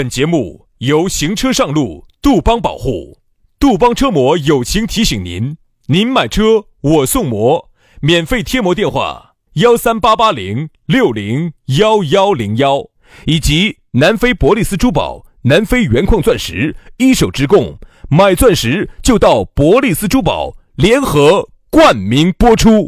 本节目由行车上路杜邦保护，杜邦车模友情提醒您：您买车我送模，免费贴膜电话138806011101，以及南非伯利斯珠宝、南非原矿钻石一手直供，买钻石就到伯利斯珠宝，联合冠名播出。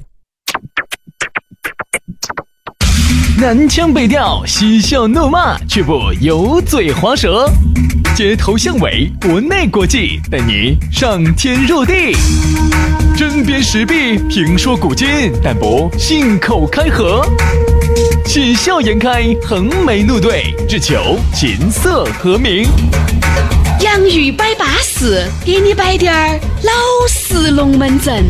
南腔北调，嬉笑怒骂，却不油嘴滑舌，街头巷尾，国内国际，带你上天入地，针砭时弊，评说古今，但不信口开河，喜笑颜开，横眉怒对，只求琴瑟和鸣。 洋芋摆巴士，给你摆点儿老式龙门阵。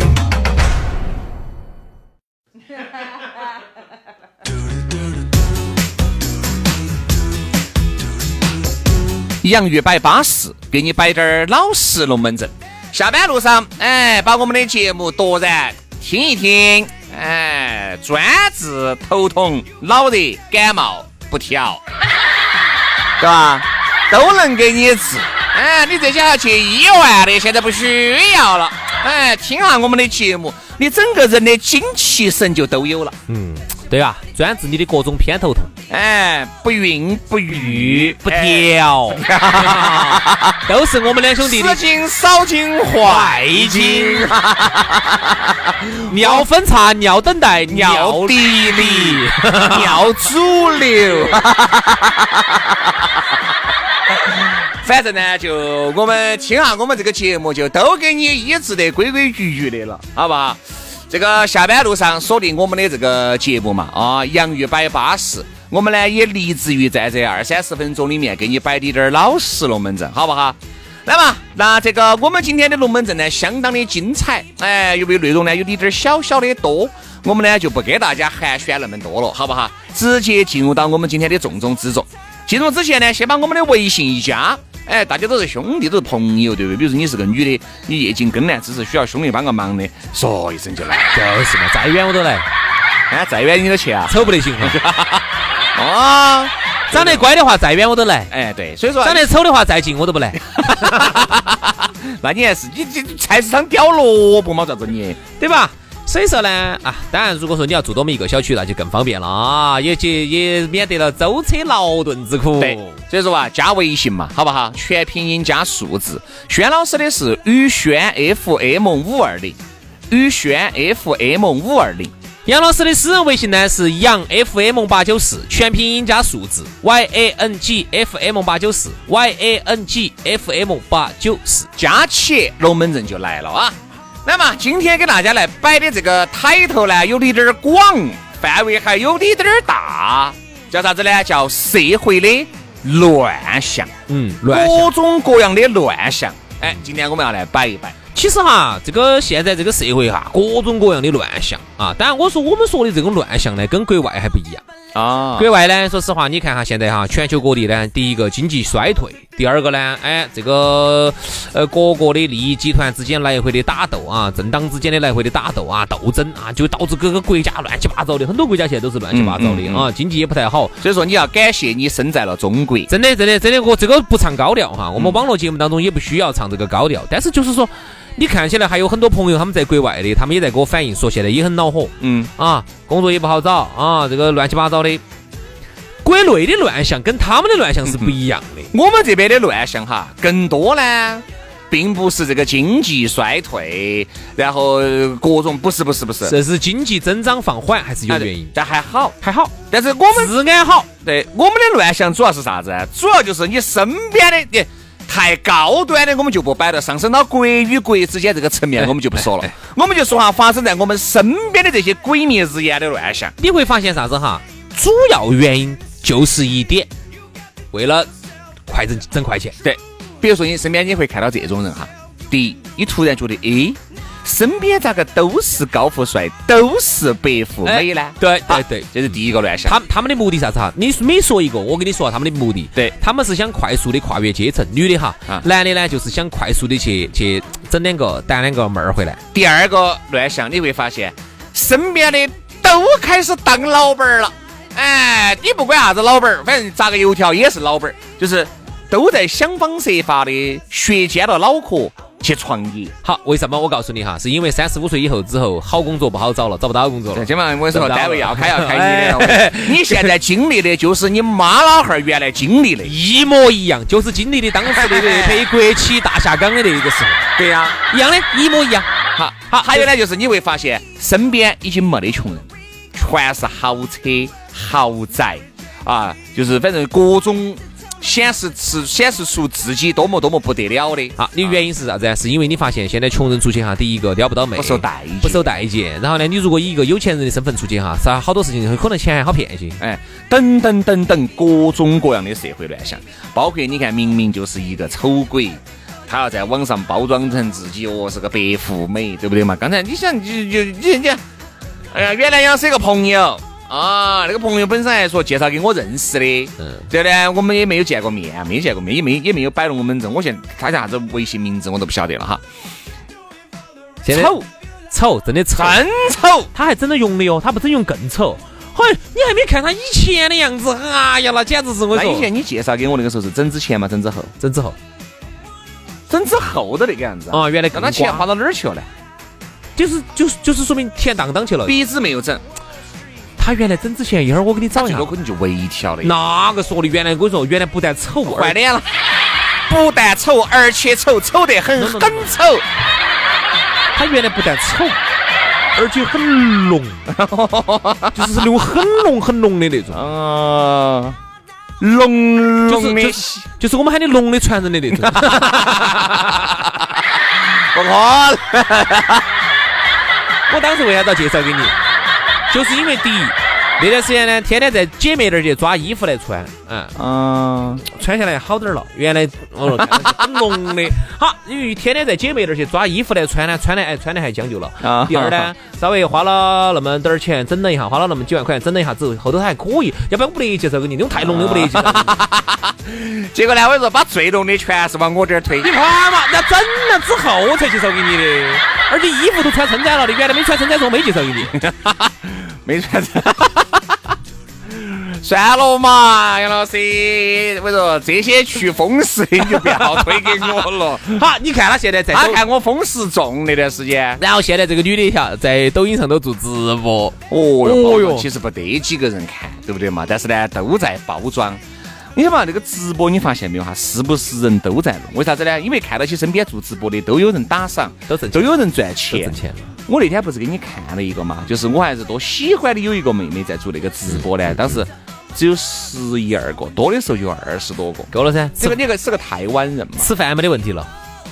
洋芋摆巴士，给你摆点儿老实龙门阵。下班路上，把我们的节目夺然听一听，专治头痛、脑热、感冒不调，对吧？都能给你治。你这些要去医院的，现在不需要了。听下我们的节目，你整个人的精气神就都有了。 对啊，专治你的各种偏头痛。 不孕不育不调，都是我们两兄弟的死精少精坏精， 尿分叉、尿等待、 尿滴离、尿主流。反正呢，就我们听下我们这个节目，就都给你医治得规规矩矩的了，好不好？这个下班路上锁定我们的这个节目嘛，洋芋摆巴士，我们呢也立志于在这20-30分钟里面给你摆点点老实龙门阵，好不好？那这个我们今天的龙门阵呢相当的精彩，由于内容呢有点小小的多，我们呢就不给大家寒暄那么多了，好不好？直接进入到我们今天的重中之重。进入之前呢，先把我们的微信一加。大家都是兄弟，都是朋友，对不对？比如说你是个女的，你夜进更呢，只是需要兄弟帮个忙的，说一声就来， 就是嘛，再远我都来。 再远你都去啊？ 丑不得行啊！长得乖的话，再远我都来。 对，所以说长得丑的话，再近我都不来。 那你还是你菜市场叼萝卜嘛？咋子你？ 对吧？所以说呢，当然，如果说你要住到我们一个小区，那就更方便了啊，也免得了舟车劳顿之苦。 对，所以说加微信嘛，好不好？全拼音加数字。轩老师的是宇轩 FM520，宇轩 FM520。 杨老师的私人微信呢是杨 FM894，全拼音加数字 YANG FM894 YANG FM894， 加起龙门阵就来了啊！那么今天给大家来摆的这个抬头呢，有点广，范围还有点大，叫啥子呢？叫社会的乱象。 乱象， 各种各样的乱象。今天我们要来摆一摆。 其实这个现在这个社会各种各样的乱象啊。当然，我们说的这种乱象呢，跟国外还不一样啊。国外呢，说实话，你看现在全球各地呢，第一个经济衰退，第二个呢，这个各个的利益集团之间来回的打斗啊，政党之间的来回的打斗啊，斗争啊，就导致各个国家乱七八糟的，很多国家现在都是乱七八糟的啊，经济也不太好。 所以说你要感谢你生在了中国。 真的，我这个不唱高调我们网络节目当中也不需要唱这个高调，但是就是说。你看起来还有很多朋友他们在国外的，他们也在给我反映说现在也很恼火，工作也不好找啊，这个乱七八糟的。国内的乱象跟他们的乱象是不一样的。 我们这边的乱象更多呢，并不是这个经济衰退，然后各种不是， 这是经济增长放缓还是有原因？ 但还好，但是我们治安好。 对，我们的乱象主要是啥子？主要就是你身边的太高端的我们就不摆了，上升到国与国之间这个层面我们就不说了，我们就说发生在我们身边的这些鬼灭日炎的乱象。 你会发现啥子主要原因就是一点，为了快挣快钱。 对，比如说你身边你会看到这种人第一，你突然觉得身边咋个都是高富帅，都是白富美呢？ 对， 这是第一个乱象。 他们的目的啥子你每说一个，我跟你说他们的目的。 对， 他们是想快速的跨越阶层，女的男的呢就是想快速的去整带两个妹儿回来。 第二个乱象你会发现，身边的都开始当老板了。你不管啥子老板，反正炸个油条也是老板，就是都在想方设法的学尖了脑壳去创业。 好，为什么？我告诉你哈，是因为35岁以后之后，好工作不好找了，找不到工作了。 今晚我跟你说，单位要开你的。你现在经历的就是你妈老汉儿原来经历的， 一模一样，就是经历的当时的被国企大下岗的那个时候。 对呀， 一样的，一模一样。 好，还有呢，就是你会发现身边已经没得穷人，全是豪车豪宅啊，就是反正各种显示出自己多么不得了的。 好，你原因是啥子？是因为你发现现在穷人出去哈，第一个撩不到妹， 不受待见。 然后呢，你如果以一个有钱人的身份出去哈，是好多事情可能钱还好骗一些。 哎，等各种各样的社会乱象，包括你看，明明就是一个丑鬼，他要在网上包装成自己是个白富美，对不对嘛？刚才你想你，哎呀，原来杨是一个朋友。啊，那个朋友本身还说介绍给我认识的，这呢我们也没有见过面，也没有摆龙门阵。我现在他啥子微信名字我都不晓得了哈。 现在丑，真的丑， 真丑， 他还真的用的哟，他不真用更丑。嘿，你还没看他以前的样子，哎呀，那简直是我说。 那以前你介绍给我那个时候是整之前吗？整之后？ 整之后。 整之后的那个样子啊，原来那他钱花到哪儿去了呢？ 就是说明田当当去了， 鼻子没有整。 他原来整之前，一会儿我给你找一下， 这个可能就微调了。 哪个说的？原来我跟你说，原来不但丑， 坏脸了，不但丑，而且丑得很丑。 他原来不但丑，而且很浓，就是那种很浓的那种。 浓的， 就是我们喊的龙的传人的那种。我当时为啥子要介绍给你？就是因为第一，那段时间呢，天天在姐妹那儿去抓衣服来穿，穿下来好点了。原来很浓的，好，因为天天在姐妹那儿去抓衣服来穿呢，穿的还讲究了。第二呢，稍微花了那么点儿钱整了一下，花了那么几万块钱整了一下之后，后头还可以，要不然我不得介绍给你，那种太浓的我不得介绍。 结果呢，我说把最浓的全是往我这儿推。 你怕嘛？那整了之后我才介绍给你的，而且衣服都穿撑展了，你原来没穿撑展时候没介绍给你。 没穿算了嘛，杨老师，我说这些去风势的你就不要推给我了。 好，你看他现在在， 他看我风势重那段时间， 然后现在这个女的哈，在抖音上都做直播。 哦哟，其实不得几个人看，对不对嘛？但是呢，都在包装。你看嘛，这个直播你发现没有哈？是不是人都在弄？为啥子呢？因为看到起身边做直播的都有人打赏，都有人赚钱。我那天不是给你看了一个嘛，就是我还是多喜欢的有一个妹妹在做那个直播呢，当时只有11、12个，多的时候就20多个， 够了噻。 这个你是个台湾人嘛， 吃饭没得问题了。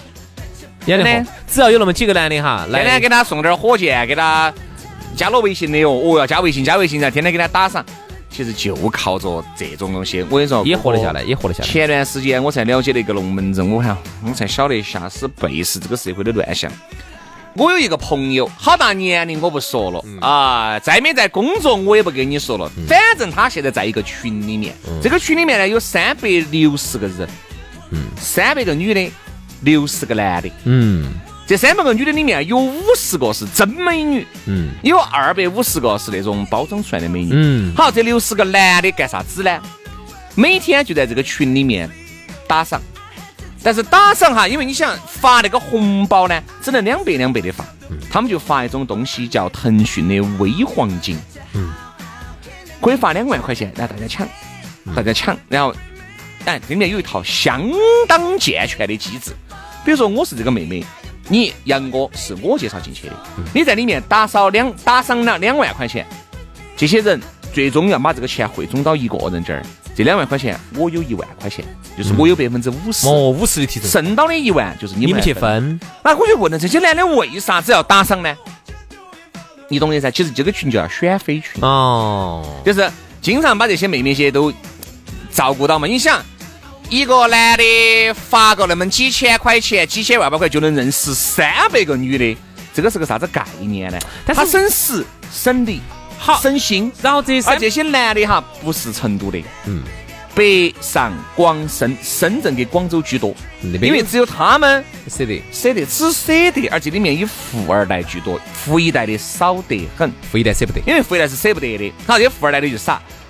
只要有那么几个男的哈， 天天给他送点火箭，给他加了微信的哦，要加微信，天天给他打赏。其实就靠着这种东西，我跟你说， 也活得下来。 前段时间我才了解了一个龙门阵，我才晓得下是背是这个社会的乱象。我有一个朋友，好大年龄我不说了啊，在没在工作我也不跟你说了，反正他现在在一个群里面，这个群里面呢有360个人，300个女的，60个男的，这300个女的里面有50个是真美女，有250个是那种包装出来的美女，好，这60个男的干啥子呢？每天就在这个群里面打赏，但是打赏哈，因为你想发那个红包呢，只能2倍的发，他们就发一种东西叫腾讯的微黄金，可以发2万块钱让大家抢，然后里面有一套相当健全的机制，比如说我是这个妹妹。你杨哥是我介绍进去的，你在里面打赏了2万块钱，这些人最终要把这个钱汇总到一个人这儿，这2万块钱我有1万块钱，就是我有50%，50% 的提成， 剩到的1万就是你们去分。 那我就问了，这些男的为啥子要打赏呢？你懂的噻，其实这个群就叫选妃群就是经常把这些妹妹些都照顾到嘛。你想一个男的发个那么几千块钱、几千万把块就能认识300个女的，这个是个啥子概念呢？他省时、省力、省心。 然后这些男的哈不是成都的，北上广深圳跟广州居多，因为只有他们舍得，而且里面以富二代居多，富一代的少得很， 富一代舍不得， 因为富一代是舍不得的。好，这些富二代的就傻。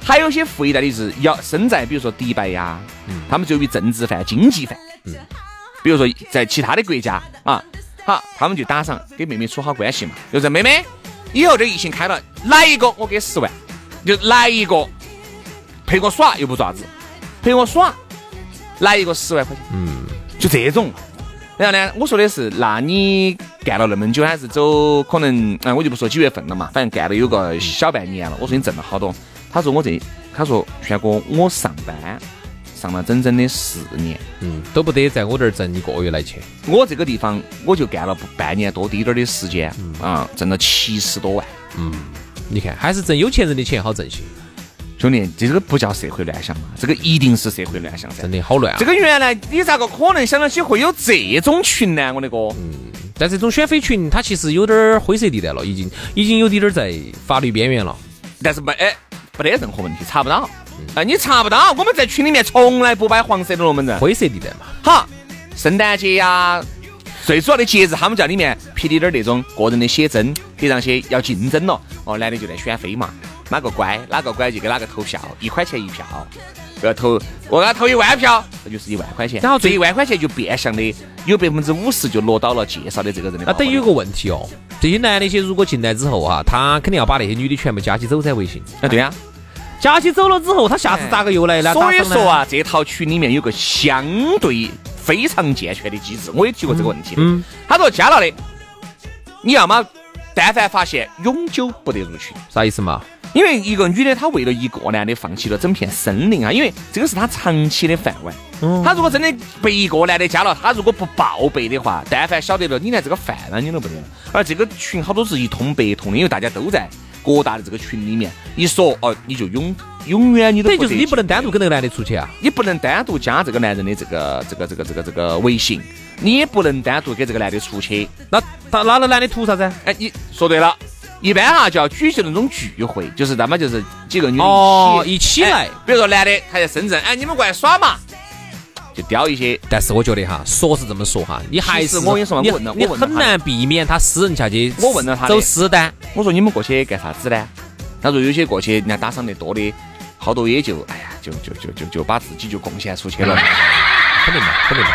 还有些富一代的是要身在比如说迪拜呀，他们就于政治犯、经济犯，比如说在其他的国家啊，好，他们就打赏给妹妹处好关系嘛，就是妹妹以后这疫情开了，来一个我给10万，就来一个陪我耍又不爪子，陪我耍来一个10万块钱，就这种。然后呢，我说的是，那你干了那么久，还是走可能我就不说几月份了嘛，反正干了有个小半年了。我说你挣了好多？他说轩哥，我上班上了整整的4年， 都不得在我这儿挣1个月来钱。 我这个地方我就干了半年多滴点的时间，挣了70多万。 你看，还是挣有钱人的钱好挣些。 兄弟，这个不叫社会乱象嘛，这个一定是社会乱象噻， 真的好乱啊！ 这个原来你咋个可能想到起会有这种群呢？我的哥， 但这种选匪群，它其实有点灰色地带了，已经有点在法律边缘了。 但是没得任何问题，查不到。你查不到，我们在群里面从来不摆黄色的龙门阵， 灰色地带嘛。 好，圣诞节呀，最主要的节日，他们叫里面撇点那种个人的写真，贴上些要竞争了，男的就来选妃嘛。哪个乖就给哪个投票，1块钱1票，不要投，我给他投1万票，那就是1万块钱。然后这1万块钱就变相的有50%就落到了介绍的这个人的。 那等于有个问题哦，这些男的些如果进来之后啊，他肯定要把那些女的全部加起走噻，微信。 对呀， 加起走了之后，他下次咋个又来呢？ 所以说啊，这套群里面有个相对非常健全的机制，我也提过这个问题的。他说加了的，你要么但凡发现永久不得入群， 啥意思嘛？ 因为一个女的，她为了一个男的放弃了整片森林啊，因为这个是她长期的饭碗。她如果真的被一个男的加了，她如果不报备的话，但凡晓得了，你连这个饭碗你都不得了。而这个群好多是一通百通的，因为大家都在各大的这个群里面，一说你就永远你都不得。 对，就是你不能单独跟那个男的出去啊， 你不能单独加这个男人的这个微信，你也不能单独给这个男的出去。 那他哪个男的图啥子？ 你说对了。一般就要举行那种聚会，就是那么就是几个女的一起来， 比如说男的他在深圳，你们过来耍嘛，就叼一些。 但是我觉得说是这么说你还是我跟你说嘛， 你很难避免他私人下去。 我问了他走私单， 我说你们过去干啥子呢？他说有些过去人家打赏的多的，好多也就就把自己就贡献出去了。 肯定嘛。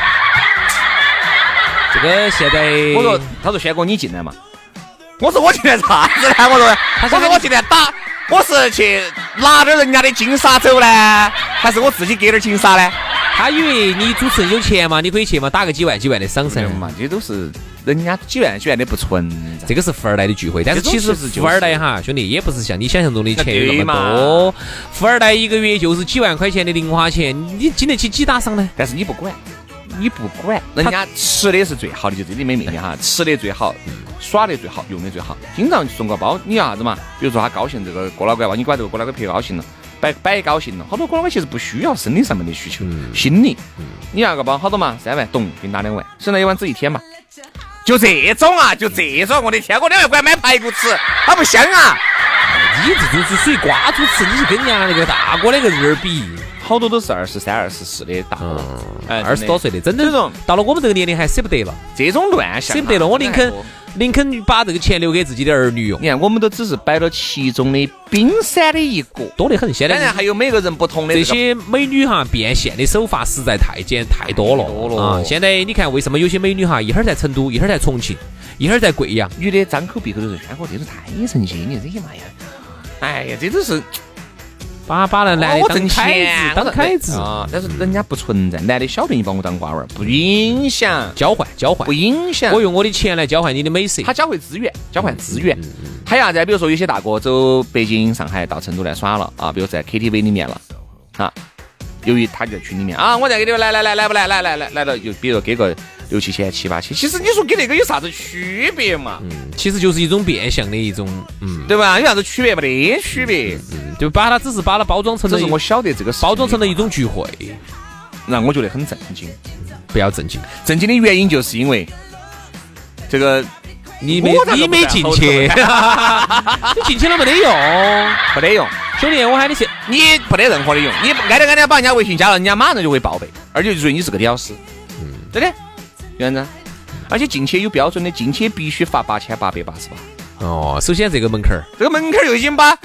这个现在他说轩哥你进来嘛。我说我进来啥子呢？我说我进来打，我是去拿点人家的金沙走呢，还是我自己给点金沙呢？ 他以为你主持人有钱嘛，你可以去嘛，打个几万的赏噻嘛，这都是人家几万的不存在。 这个是富二代的聚会，但是其实富二代兄弟也不是像你想象中的钱有那么多。富二代一个月就是几万块钱的零花钱，你经得起几打赏呢？ 但是你不管，人家吃的是最好的，就这里面吃的最好，耍的最好，用的最好，经常送个包，你要啥子嘛？比如说他高兴，这个郭老倌吧，你把这个郭老倌陪高兴了，摆高兴了，好多郭老倌其实不需要生理上面的需求，心理，你要个包好多嘛，3万，咚，给你打2万，省了1万只1天嘛，就这种，我的天，我2万块买排骨吃，它不香啊！ 你这就是属于瓜猪吃，你是跟人家那个大哥那个人比。 好多都是23、24的大哥 ，20多岁的，真的到了我们这个年龄还舍不得了， 这种乱象舍不得了。我宁肯把这个钱留给自己的儿女用。 你看，我们都只是摆了其中的冰山的一个， 多得很。现在当然还有每个人不同的这些美女变现的手法实在太多了啊！现在你看，为什么有些美女一会儿在成都，一会儿在重庆，一会儿在贵阳， 女的张口闭口都是轩哥，这是太神仙了，这些嘛呀！哎呀，这都是。 把那男的当凯子啊！但是人家不存在，男的晓得你把我当瓜娃儿，不影响交换， 不影响。 我用我的钱来交换你的美色， 他交换资源。他要在比如说有些大哥走北京、上海到成都来耍了啊，比如在 KTV 里面了啊，由于他就在群里面啊，我再给你来不来了，就比如给个6、7千、7、8千，其实你说跟那个有啥子区别嘛？ 其实就是一种变相的一种， 对吧？有啥子区别？没得区别， 就只是把它包装成了， 只是我晓得这个包装成了一种聚会， 让我觉得很震惊。 不要震惊， 震惊的原因就是因为这个你没进去，你进去了没得用，兄弟，我喊你去， 你不得任何的用，你挨着把人家微信加了，人家马上就会报备，而且就说你是个屌丝，对的。原子，而且进去有标准的，进去必须罚8888。 首先这个门槛就已经把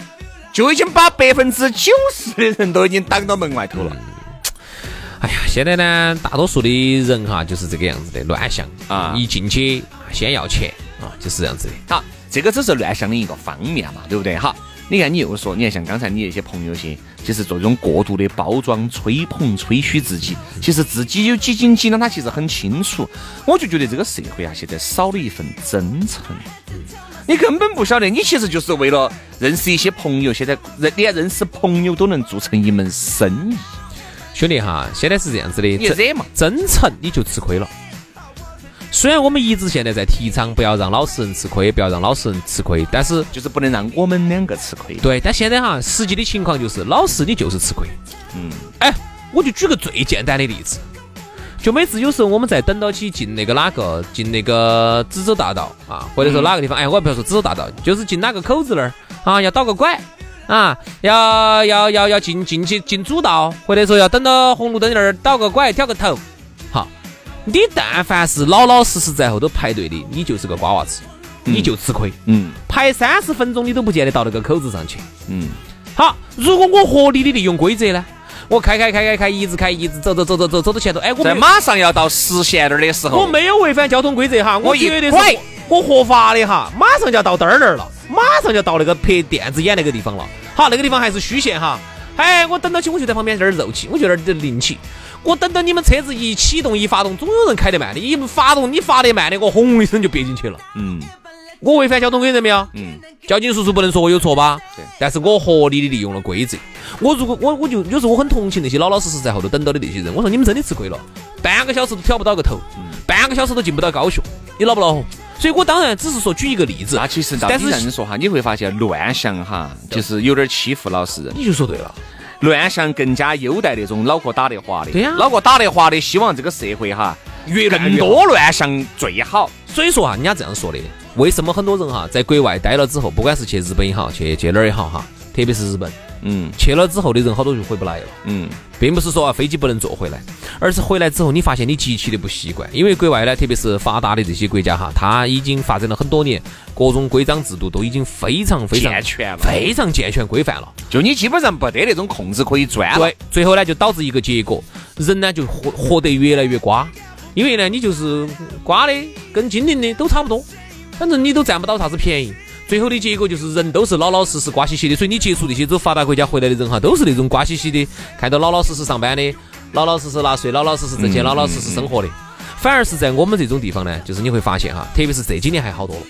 就已经把90%的人都已经挡到门外头了。 哎呀，现在呢，大多数的人哈就是这个样子的乱象啊，一进去先要钱啊，就是这样子的。 好，这个只是乱象的一个方面嘛，对不对？哈，你看你又说，你看像刚才你那些朋友些，就是做这种过度的包装、吹捧、吹嘘自己，其实自己有几斤几两，他其实很清楚。我就觉得这个社会啊，现在少了一份真诚。你根本不晓得，你其实就是为了认识一些朋友，现在连认识朋友都能做成一门生意。 兄弟哈，现在是这样子的， 你惹嘛， 真诚你就吃亏了。虽然我们一直现在在提倡不要让老实人吃亏，不要让老实人吃亏，但是就是不能让我们两个吃亏。 对，但现在哈，实际的情况就是老实你就是吃亏。哎，我就举个最简单的例子，就每次有时候我们在等到起进那个知州大道啊，或者说哪个地方，我也不要说知州大道，就是进哪个口子那儿啊，要倒个拐。啊，要进主道，或者说要等到红绿灯那儿倒个拐挑个头。好，你但凡是老老实实在后头排队的，你就是个瓜娃子，你就吃亏。排30分钟你都不见得到那个口子上去。好，如果我合理的利用规则呢，我开，一直走到前头，哎，我在马上要到实线那儿的时候， 我没有违反交通规则哈， 我绝对是我合法的哈，马上就要到灯儿那儿了，马上就要到那个拍电子眼那个地方了。好，那个地方还是虚线哈，哎，我等到起，我就在旁边这儿肉起，我就在这儿灵起。我等到你们车子一启动一发动，总有人开得慢的，一发动你发得慢的，我轰一声就憋进去了。我违反交通规则没有？交警叔叔不能说我有错吧？对，但是我合理的利用了规则。我如果我就有时候我很同情那些老老实实在后头等到的那些人，我说你们真的吃亏了，半个小时都挑不到个头，半个小时都进不到高雄，你恼不恼火？所以我当然只是说举一个例子。 那其实但是这样说哈，你会发现乱象哈，就是有点欺负老实人。 你就说对了。 乱象更加优待那种脑壳打得滑的。 对呀， 脑壳打得滑的，希望这个社会哈更多乱象最好。 所以说哈，人家这样说的，为什么很多人哈在国外待了之后，不管是去日本也好，去哪儿也好哈，特别是日本，去了之后的人好多就回不来了。并不是说飞机不能坐回来，而是回来之后你发现你极其的不习惯，因为国外呢，特别是发达的这些国家哈，它已经发展了很多年，各种规章制度都已经非常健全了， 非常健全规范了。 就你基本上不得那种控制可以钻了。 对，最后呢就导致一个结果，人呢就活得越来越瓜，因为呢你就是瓜的跟精灵的都差不多，反正你都占不到啥子便宜。最后的结果就是人都是老老实实瓜兮兮的，所以你接触那些走发达国家回来的人哈，都是那种瓜兮兮的，看到老老实实上班的，老老实实纳税，老老实实挣钱，老老实实生活的。反而是在我们这种地方呢，就是你会发现哈，特别是这几年还好多了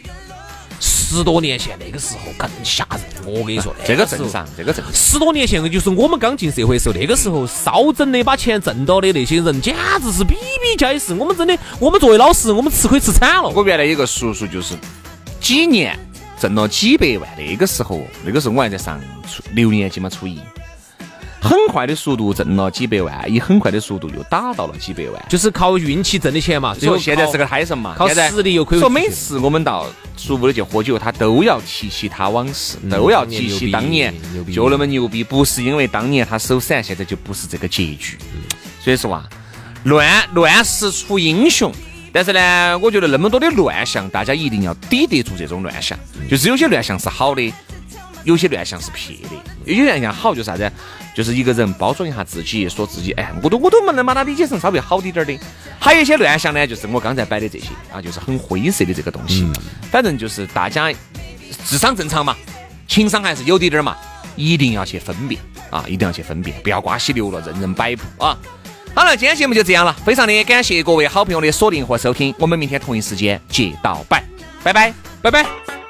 ，10多年前那个时候更吓人。我跟你说， 这个正常 10多年前就是我们刚进社会的时候，那个时候少挣的把钱挣到的那些人，简直是比比皆是。我们真的，我们作为老实，我们吃亏吃惨了。 我原来有个叔叔，就是几年挣了几百万，那个时候我还在上6年级嘛，初一，很快的速度挣了几百万，以很快的速度又打到了几百万， 就是靠运气挣的钱嘛。 最后现在是个胎神嘛， 靠实力又亏。 说每次我们到叔父的去喝酒，他都要提起他往事，都要提起当年就那么牛逼，不是因为当年他手散，现在就不是这个结局。所以说啊，乱世出英雄。但是呢，我觉得那么多的乱象，大家一定要抵得住这种乱象。就是有些乱象是好的，有些乱象是撇的。有些乱象好就是啥子？就是一个人包装一下自己，说自己我都不能把它理解成稍微好一点的。还有一些乱象呢，就是我刚才摆的这些啊，就是很灰色的这个东西。反正就是大家智商正常嘛，情商还是有点嘛，一定要去分辨啊，一定要去分辨，不要瓜稀流了，任人摆布啊。好了，今天节目就这样了，非常的感谢各位好朋友的锁定和收听，我们明天同一时间接到拜，拜拜，拜拜。